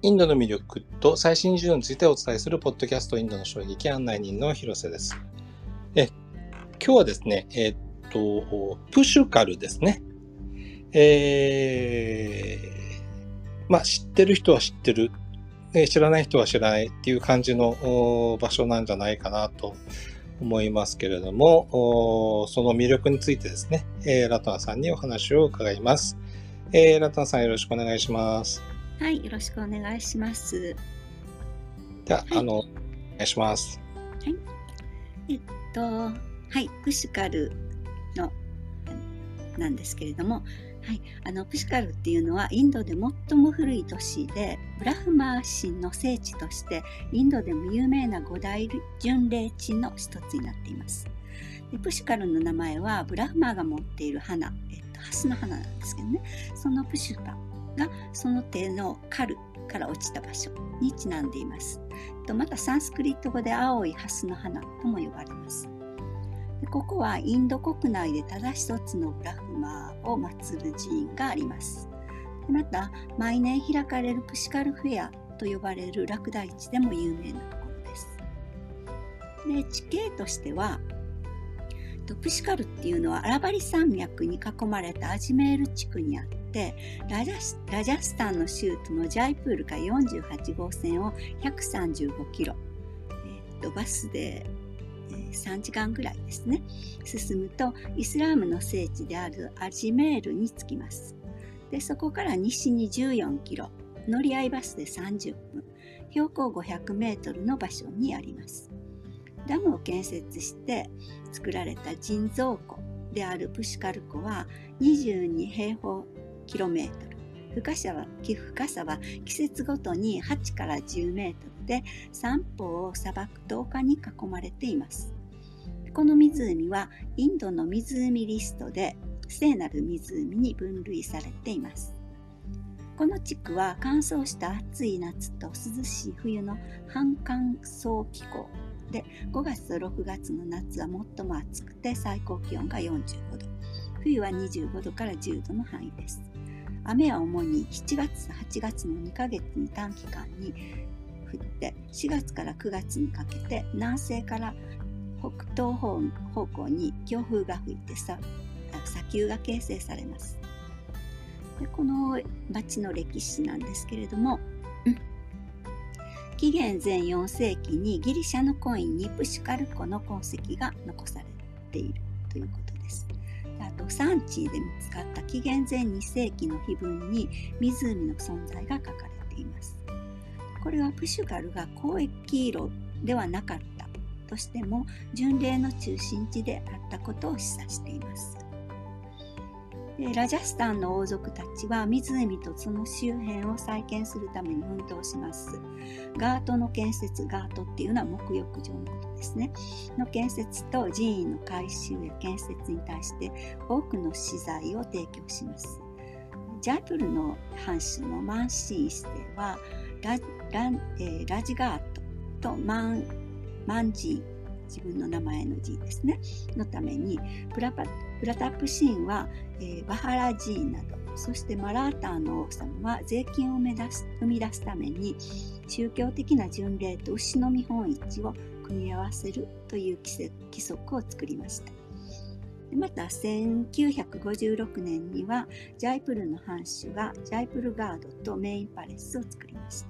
インドの魅力と最新事情についてお伝えするポッドキャストインドの衝撃案内人の広瀬です。今日はですね、プシュカルですね。知ってる人は知ってる、知らない人は知らないっていう感じの場所なんじゃないかなと思いますけれども、その魅力についてですね、ラタナさんにお話を伺います。ラタナさんよろしくお願いします。 はい、よろしくお願いします。 では、お願いします。 はい、プシュカルのなんですけれども、プシュカルっていうのはインドで最も古い都市で、ブラフマー神の聖地としてインドでも有名な5大巡礼地の一つになっています。でプシュカルの名前はブラフマーが持っている花、ハスの花なんですけどね、そのプシュカがその手のカルから落ちた場所にちなんでいます。またサンスクリット語で青いハスの花とも呼ばれます。でここはインド国内でただ一つのブラフマーを祀る寺院があります。でまた毎年開かれるプシュカルフェアと呼ばれるラクダ市でも有名なところです。で地形としてはプシュカルっていうのはアラバリ山脈に囲まれたアジメール地区にあって、ラジャスタンの州都のジャイプールから48号線を135キロ、バスで3時間ぐらいですね、進むとイスラームの聖地であるアジメールに着きます。でそこから西に14キロ、乗り合いバスで30分、標高500メートルの場所にあります。ダムを建設して作られた人造湖であるプシュカル湖は22平方キロメートル、深さは季節ごとに8から10メートルで、三方を砂漠と丘に囲まれています。この湖はインドの湖リストで聖なる湖に分類されています。この地区は乾燥した暑い夏と涼しい冬の半乾燥気候で、5月と6月の夏は最も暑くて最高気温が45度、冬は25度から10度の範囲です。雨は主に7月と8月の2ヶ月に短期間に降って、4月から9月にかけて南西から北東方向に強風が吹いて砂丘が形成されます。でこの町の歴史なんですけれども、紀元前4世紀にギリシャのコインにプシュカル湖の痕跡が残されているということです。あと産地で見つかった紀元前2世紀の碑文に湖の存在が書かれています。これはプシュカルが交易路ではなかったとしても巡礼の中心地であったことを示唆しています。でラジャスタンの王族たちは湖とその周辺を再建するために奮闘します。ガートの建設、ガートっていうのは沐浴場のことですね、の建設と寺院の改修や建設に対して多くの資材を提供します。ジャイプルの藩主のマンシーン一世はラジガートとマンジー、自分の名前の字ですねのためにプラタップシーンは、バハラジーなど、そしてマラーターの王様は税金を生み出すために宗教的な巡礼と牛の見本市を組み合わせるという規則を作りました。また1956年にはジャイプルの藩主がジャイプルガードとメインパレスを作りました。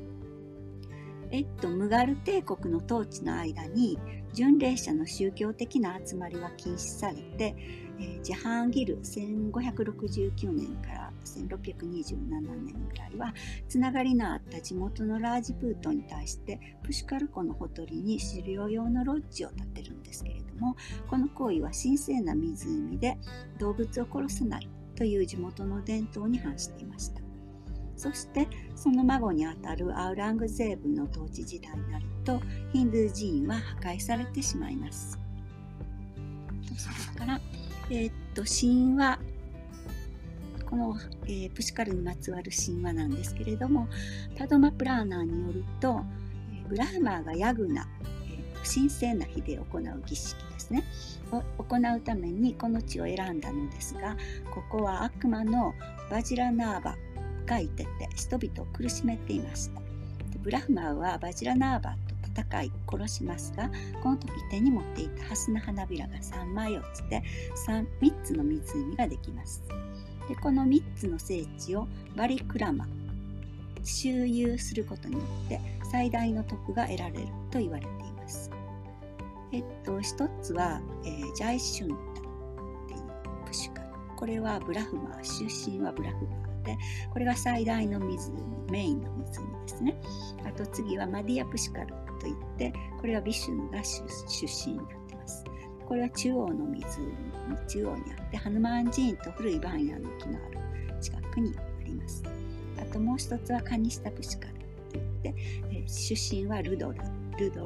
ムガル帝国の統治の間に巡礼者の宗教的な集まりは禁止されて、ジャハンギル1569年から1627年ぐらいはつながりのあった地元のラージプートに対してプシュカル湖のほとりに狩猟用のロッジを建てるんですけれども、この行為は神聖な湖で動物を殺さないという地元の伝統に反していました。そしてその孫にあたるアウラングゼーブの統治時代になるとヒンドゥー寺院は破壊されてしまいます。それから、神話、この、プシュカルにまつわる神話なんですけれども、パドマプラーナーによると、ブラフマーがヤグナ、神聖な日で行う儀式ですねを行うためにこの地を選んだのですが、ここは悪魔のバジラナーバがいてて人々を苦しめていました。でブラフマーはバジラナーバーと戦い殺しますが、この時手に持っていたハスの花びらが3枚落ちて 3つの湖ができます。でこの3つの聖地をバリクラマ、周遊することによって最大の徳が得られると言われています。一つは、ジャイシュンタっていうプシュカル。これはブラフマー、出身はブラフマーで、これが最大の湖、メインの湖ですね。あと次はマディアプシュカルといって、これはビシュヌが出身になっています。これは中央の湖の中央にあって、ハヌマーン寺院と古いバンヤの木のある近くにあります。あともう一つはカニシタプシュカルといって、出身はルドラといって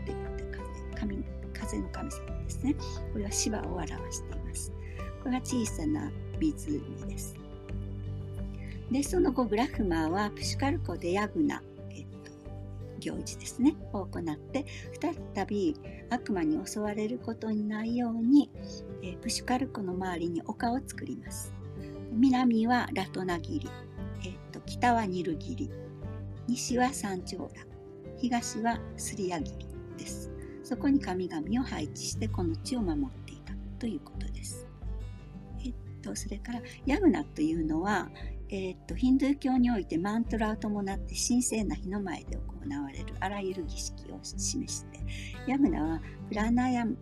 風の神様ですね。これはシバを表しています。これは小さな湖です。でその後ブラフマーはプシュカル湖でヤグナ、行事ですねを行って、再び悪魔に襲われることにないように、プシュカル湖の周りに丘を作ります。南はラトナギリ、北はニルギリ、西はサンチョーラ、東はスリヤギリです。そこに神々を配置してこの地を守っていたということです。それからヤグナというのは、ヒンドゥー教においてマントラを伴って神聖な火の前で行われるあらゆる儀式を示して、ヤグナはブラ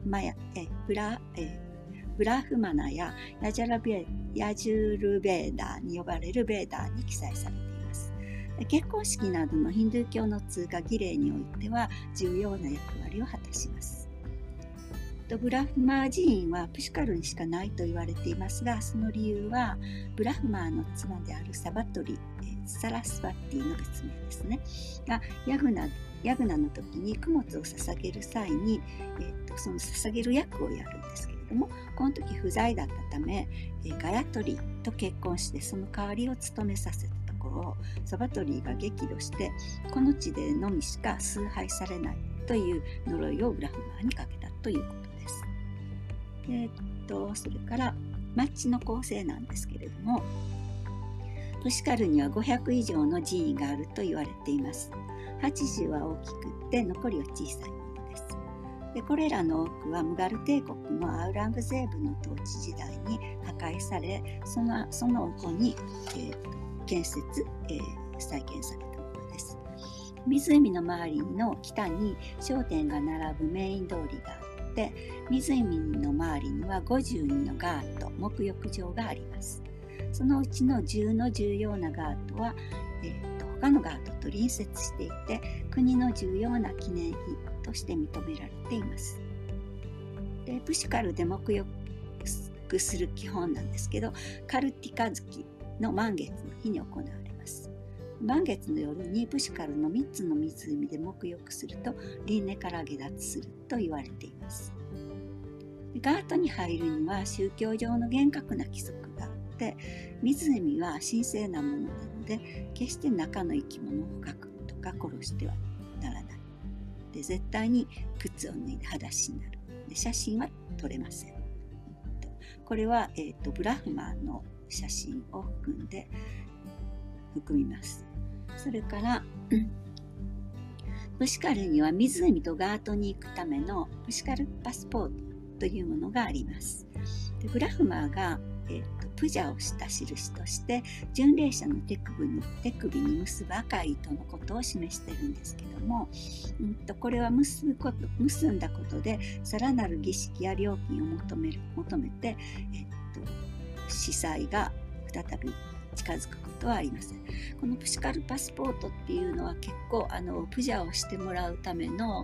フマナやヤジュルベーダーに呼ばれるベーダーに記載されています。結婚式などのヒンドゥー教の通過儀礼においては重要な役割を果たします。ブラフマー寺院はプシュカルにしかないと言われていますが、その理由はブラフマーの妻であるサバトリ、サラスバッティの別名ですねがヤグナの時に供物を捧げる際に、その捧げる役をやるんですけれども、この時不在だったため、ガヤトリと結婚してその代わりを務めさせたところ、サバトリが激怒してこの地でのみしか崇拝されないという呪いをブラフマーにかけたということです。それから町の構成なんですけれども、プシュカルには500以上の寺院があると言われています。80は大きくって残りは小さいものです。でこれらの多くはムガル帝国のアウラングゼーブの統治時代に破壊され、その後に、再建されたものです。湖の周りの北に商店が並ぶメイン通りがあって、湖の周りには52のガート、沐浴場があります。そのうちの10の重要なガートは、他のガートと隣接していて、国の重要な記念碑として認められています。でプシュカルで沐浴する基本なんですけど、カルティカ月の満月の日に行われます。満月の夜にプシュカルの3つの湖で沐浴すると輪廻から下脱すると言われています。ガートに入るには宗教上の厳格な規則があって、湖は神聖なものなので決して中の生き物を捕獲とか殺してはならない。で絶対に靴を脱いで裸足になる。で写真は撮れません。これは、ブラフマーの写真を含みます。それからプシュカルには湖とガートに行くためのプシュカルパスポートというものがあります。でブラフマーが、プジャをした印として巡礼者の手首に結ぶ赤い糸のことを示しているんですけども、これは結んだことでさらなる儀式や料金を求めて、司祭が再び近づくことはありません。このプシュカルパスポートっていうのは結構プジャをしてもらうための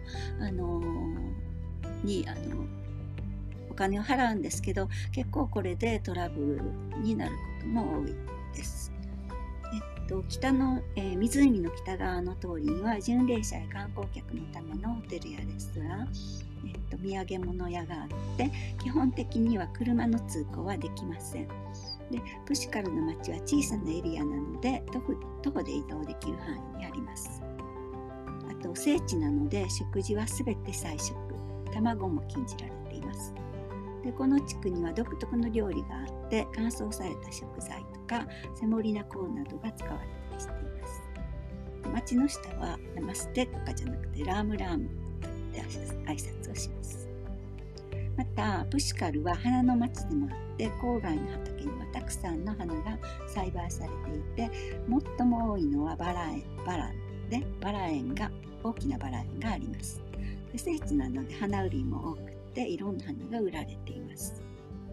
お金を払うんですけど、結構これでトラブルになることも多いです。北の、湖の北側の通りには巡礼者や観光客のためのホテルやレストラン、土産物屋があって、基本的には車の通行はできません。でプシュカルの町は小さなエリアなので徒歩で移動できる範囲にあります。あと聖地なので食事はすべて菜食、卵も禁じられています。でこの地区には独特の料理があって、乾燥された食材とかセモリナコウなどが使われたりしています。町の下はナマステとかじゃなくてラームラームと言って挨拶をします。またプシュカルは花の町でもあって、郊外の畑にはたくさんの花が栽培されていて、最も多いのはバラ園が大きなバラ園があります。聖地なので花売りも多くて、いろんな花が売られています。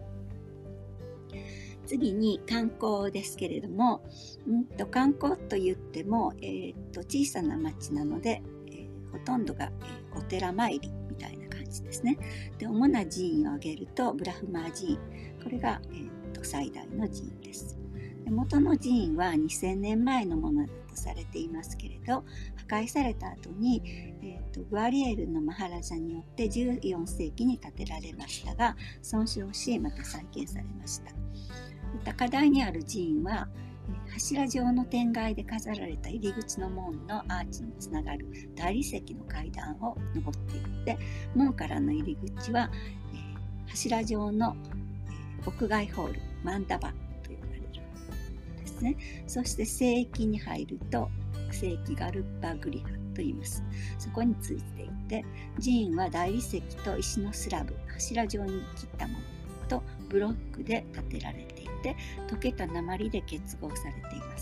次に観光ですけれども、観光と言っても、小さな町なので、ほとんどが、お寺参りみたいな感じですね。で、主な寺院を挙げるとブラフマー寺院、これが、最大の寺院です。で、元の寺院は2000年前のものだとされていますけれど、破壊された後に、グアリエルのマハラジャによって14世紀に建てられましたが、損傷しまた再建されました。高台にある寺院は柱状の天蓋で飾られた入り口の門のアーチにつながる大理石の階段を登っていって、門からの入り口は柱状の屋外ホール、マンダバと呼ばれるですね。そして聖域に入ると聖域ガルッパグリハと言います。そこについていて、寺院は大理石と石のスラブ、柱状に切ったものとブロックで建てられていて、溶けた鉛で結合されています。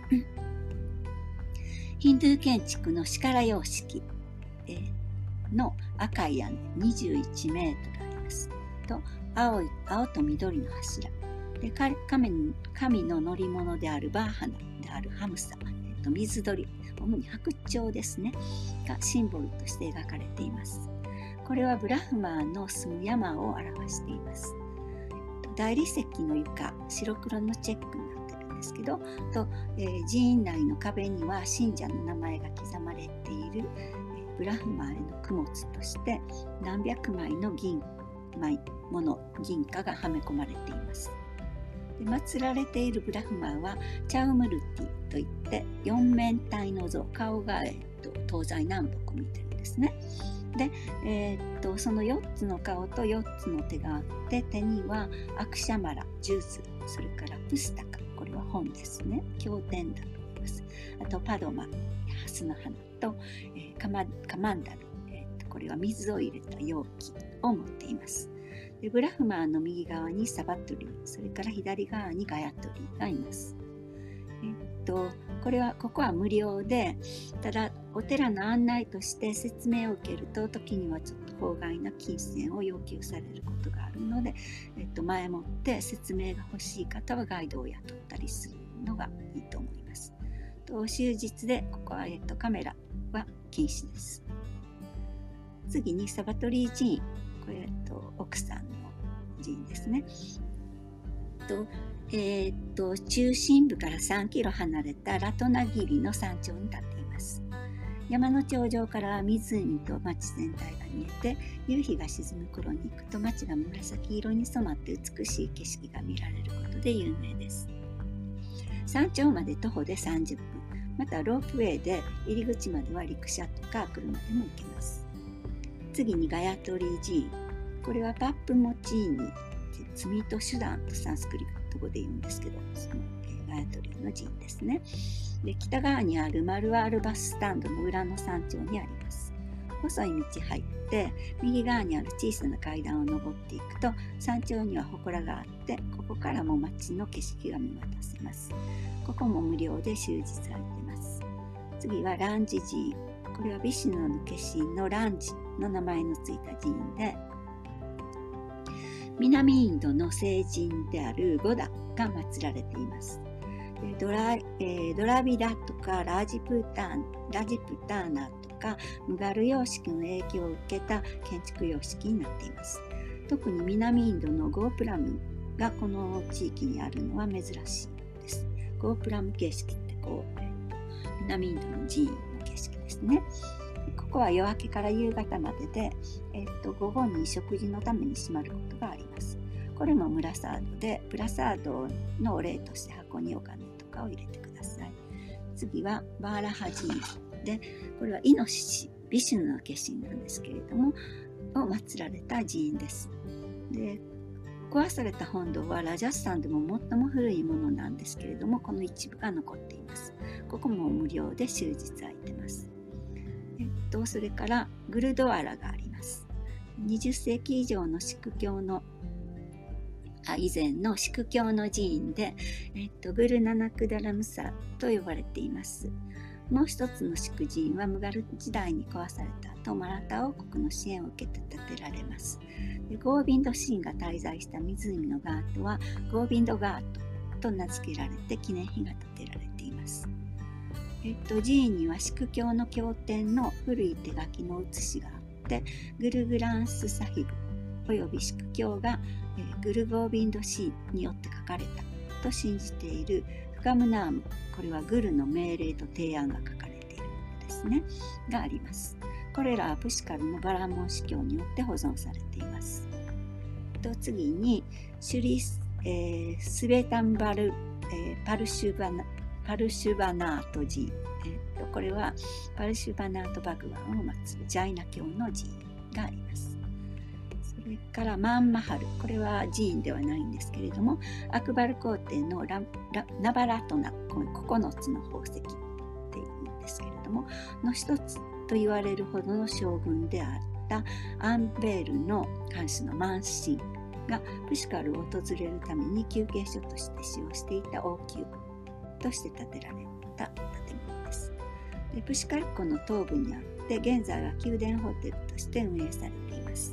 ヒンドゥー建築のシカラ様式の赤い屋根21メートルありますと、青と緑の柱で、神の乗り物であるバーハナであるハムサ、水鳥、主に白鳥ですね、がシンボルとして描かれています。これはブラフマーの住む山を表しています。大理石の床、白黒のチェックになってるんですけど、寺院内の壁には信者の名前が刻まれている、ブラフマーへの供物として何百枚の銀貨がはめ込まれています。で、祀られているブラフマーはチャウムルティといって四面体の像、顔が、東西南北見てるんですね。で、その4つの顔と4つの手があって、手にはアクシャマラ、ジュース、それからプスタカ、これは本ですね、経典だと思います。あとパドマ、ハスの花と、カマンダル、これは水を入れた容器を持っています。で、ブラフマーの右側にサバトリー、それから左側にガヤトリーがいます。ここは無料で、ただお寺の案内として説明を受けると、時にはちょっと法外な金銭を要求されることがあるので、前もって説明が欲しい方はガイドを雇ったりするのがいいと思います。終日でここは、カメラは禁止です。次にサバトリー寺院、これ、奥さんの寺院ですね。中心部から3キロ離れたラトナギリの山頂に立っています。山の頂上から湖と町全体が見えて、夕日が沈む頃に行くと町が紫色に染まって美しい景色が見られることで有名です。山頂まで徒歩で30分、またロープウェイで入り口までは陸車とか車でも行けます。次にガヤトリー寺院、これはパップモチーニ、罪と手段とサンスクリット語で言うんですけど、そのガヤトリーの寺院ですね。で、北側にあるマルワールバススタンドの裏の山頂にあります。細い道入って右側にある小さな階段を登っていくと、山頂には祠があって、ここからも街の景色が見渡せます。ここも無料で終日空いてます。次はランジ寺院、これはビシュヌの化身のランジの名前のついた寺院で、南インドの聖人であるゴダが祀られています。ドラビダとかラジプターナとかムガル様式の影響を受けた建築様式になっています。特に南インドのゴープラムがこの地域にあるのは珍しいです。ゴープラム形式って南インドの寺院の形式ですね。ここは夜明けから夕方までで、午後に食事のために閉まることがあります。これもムラサードで、プラサードのお礼として箱にお金とかを入れてください。次はバーラハ寺院で、これはイノシシ、ビシュヌの化身なんですけれども、を祀られた寺院です。で、 壊された本堂はラジャスタンでも最も古いものなんですけれども、この一部が残っています。ここも無料で終日空いてます。それからグルドアラがあります。20世紀以上の以前のシク教の寺院で、グルナナクダラムサと呼ばれています。もう一つのシク寺院はムガル時代に壊された後、マラタ王国の支援を受けて建てられます。ゴービンド神が滞在した湖のガートはゴービンドガートと名付けられて記念碑が建てられています。寺院にはシク教の経典の古い手書きの写しがあって、グルグランスサヒブおよびシク教がグルゴービンド神によって書かれたと信じているフカムナーム、これはグルの命令と提案が書かれているものですね、があります。これらはプシカルのバラモン司教によって保存されています。次にシュリスベタンバル、パルシュバナート寺院、これはパルシュバナートバグワンを祀るジャイナ教の寺院があります。それからマンマハル、これは寺院ではないんですけれども、アクバル皇帝のナバラトナ、9つの宝石っていうんですけれども、の一つと言われるほどの将軍であったアンベールの藩主のマンシンがプシカルを訪れるために休憩所として使用していた王宮として建てられた建物です。プシカル湖の東部にあって、現在は宮殿ホテルとして運営されています。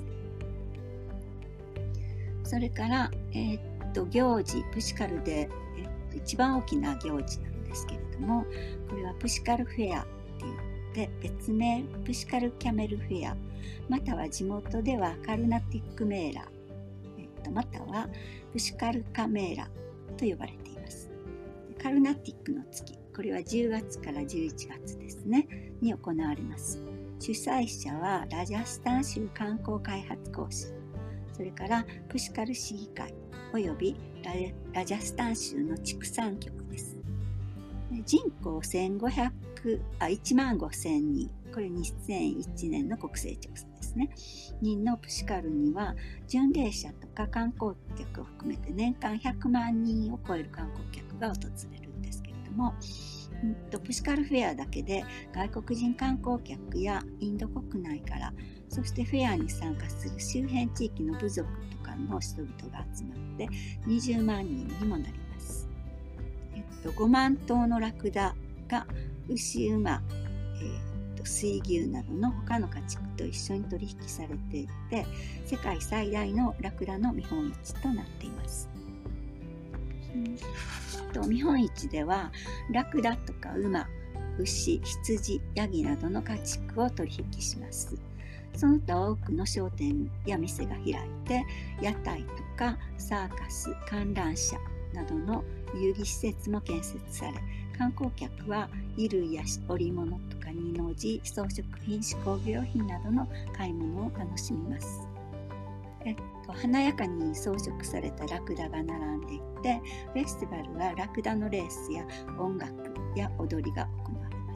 それから、行事、プシカルで、一番大きな行事なんですけれども、これはプシカルフェアって言って、別名プシカルキャメルフェア、または地元ではカルナティックメーラー、またはプシカルカメーラと呼ばれています。カルナティックの月、これは10月から11月ですね、に行われます。主催者はラジャスタン州観光開発公司、それからプシカル市議会およびラジャスタン州の畜産局です。人口1万5000人、これ2001年の国勢調査ですね。人のプシカルには巡礼者とか観光客を含めて年間100万人を超える観光客が訪れるんですけれども、プシカルフェアだけで外国人観光客やインド国内から、そしてフェアに参加する周辺地域の部族とかの人々が集まって20万人にもなります。5万頭のラクダが牛、馬、水牛などの他の家畜と一緒に取引されていて、世界最大のラクダの見本市となっています。見本市ではラクダとか馬、牛、羊、ヤギなどの家畜を取引します。その他多くの商店や店が開いて、屋台とかサーカス、観覧車などの遊戯施設も建設され、観光客は衣類や織物とか布地、装飾品、手工業品などの買い物を楽しみます。華やかに装飾されたラクダが並んでいて、フェスティバルはラクダのレースや音楽や踊りが行われます。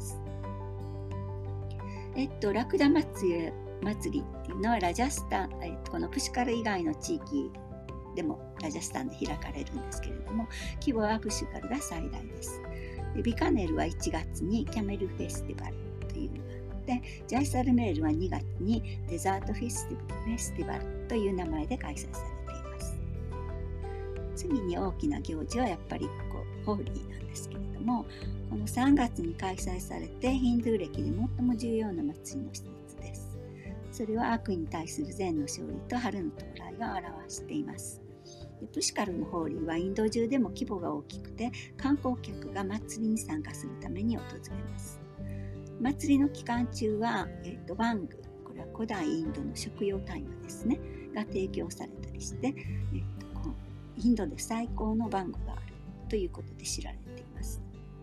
ラクダ祭りっていうのはラジャスタン、このプシカル以外の地域でもラジャスタンで開かれるんですけれども、規模はプシカルが最大です。ビカネルは1月にキャメルフェスティバルというのがあって、ジャイサルメールは2月にデザートフェスティバルという名前で開催されています。次に大きな行事はやっぱりホーリーなんですけれども、この3月に開催されてヒンドゥー歴で最も重要な祭りの一つです。それは悪に対する善の勝利と春の到来を表しています。プシカルのホーリーはインド中でも規模が大きくて、観光客が祭りに参加するために訪れます。祭りの期間中は、バング、これは古代インドの食用大麻ですね、が提供されたりして、インドで最高のバングがあるということで知られています。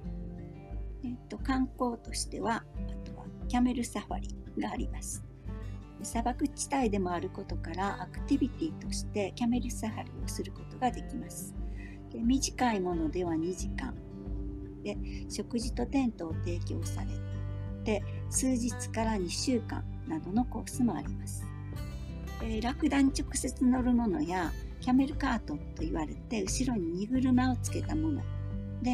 観光としては、あとはキャメルサファリがあります。砂漠地帯でもあることからアクティビティとしてキャメルサファリをすることができます。短いものでは2時間で、食事とテントを提供されて数日から2週間などのコースもあります。ラクダに直接乗るものやキャメルカートと言われて、後ろに荷車をつけたもので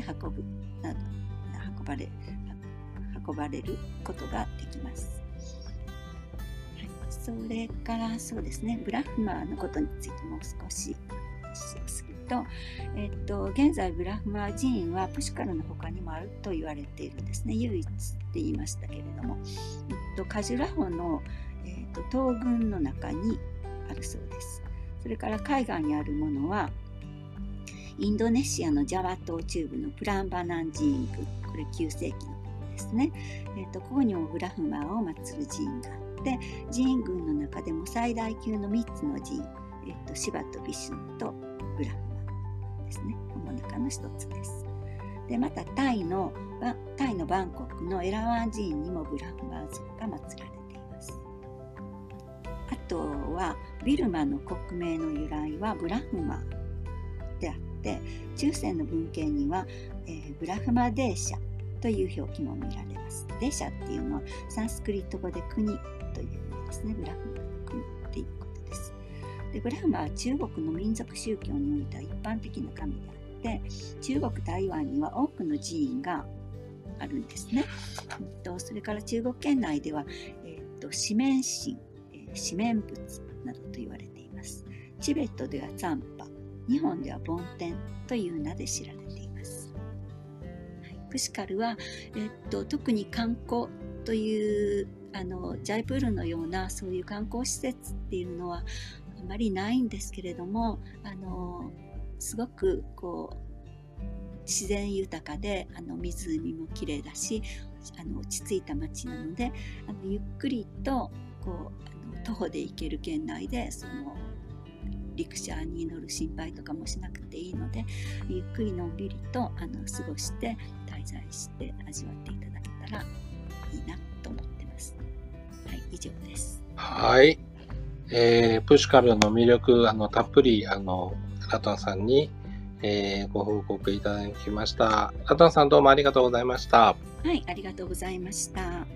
運ばれることができます。はい、それからそうですね、ブラフマーのことについてもう少し話をすると、現在ブラフマー寺院はプシュカルの他にもあると言われているんですね。唯一って言いましたけれども、カジュラホの、東軍の中にあるそうです。それから海岸にあるものはインドネシアのジャワ島中部のプランバナン寺院群、これ9世紀のものですね。ここにもブラフマーを祀る寺院があって、寺院群の中でも最大級の3つの寺院、シバとビシュヌとブラフマーですね。この中の一つです。でまたタイのバンコクのエラワン寺院にもブラフマー像が祀られています。あとはビルマの国名の由来はブラフマーであって、中世の文献には、ブラフマデーシャという表記も見られます。デーシャっていうのはサンスクリット語で国という意味ですね。ブラフマの国っていうことです。でブラフマは中国の民族宗教においては一般的な神であって、中国台湾には多くの寺院があるんですね。それから中国圏内では、四面神、四面仏などと言われています。チベットではツァンパ、日本では梵天という名で知られています。はい、プシカルは、特に観光というジャイプールのようなそういう観光施設っていうのはあまりないんですけれども、すごく自然豊かで湖もきれいだし、落ち着いた街なのでゆっくりと徒歩で行ける圏内で陸車に乗る心配とかもしなくていいので、ゆっくりのんびりと過ごして滞在して味わっていただけたらいいなと思ってます。はい、以上です。 はい、プシュカルの魅力たっぷりラトンさんに、ご報告いただきました。ラトンさんどうもありがとうございました。 はい、ありがとうございました。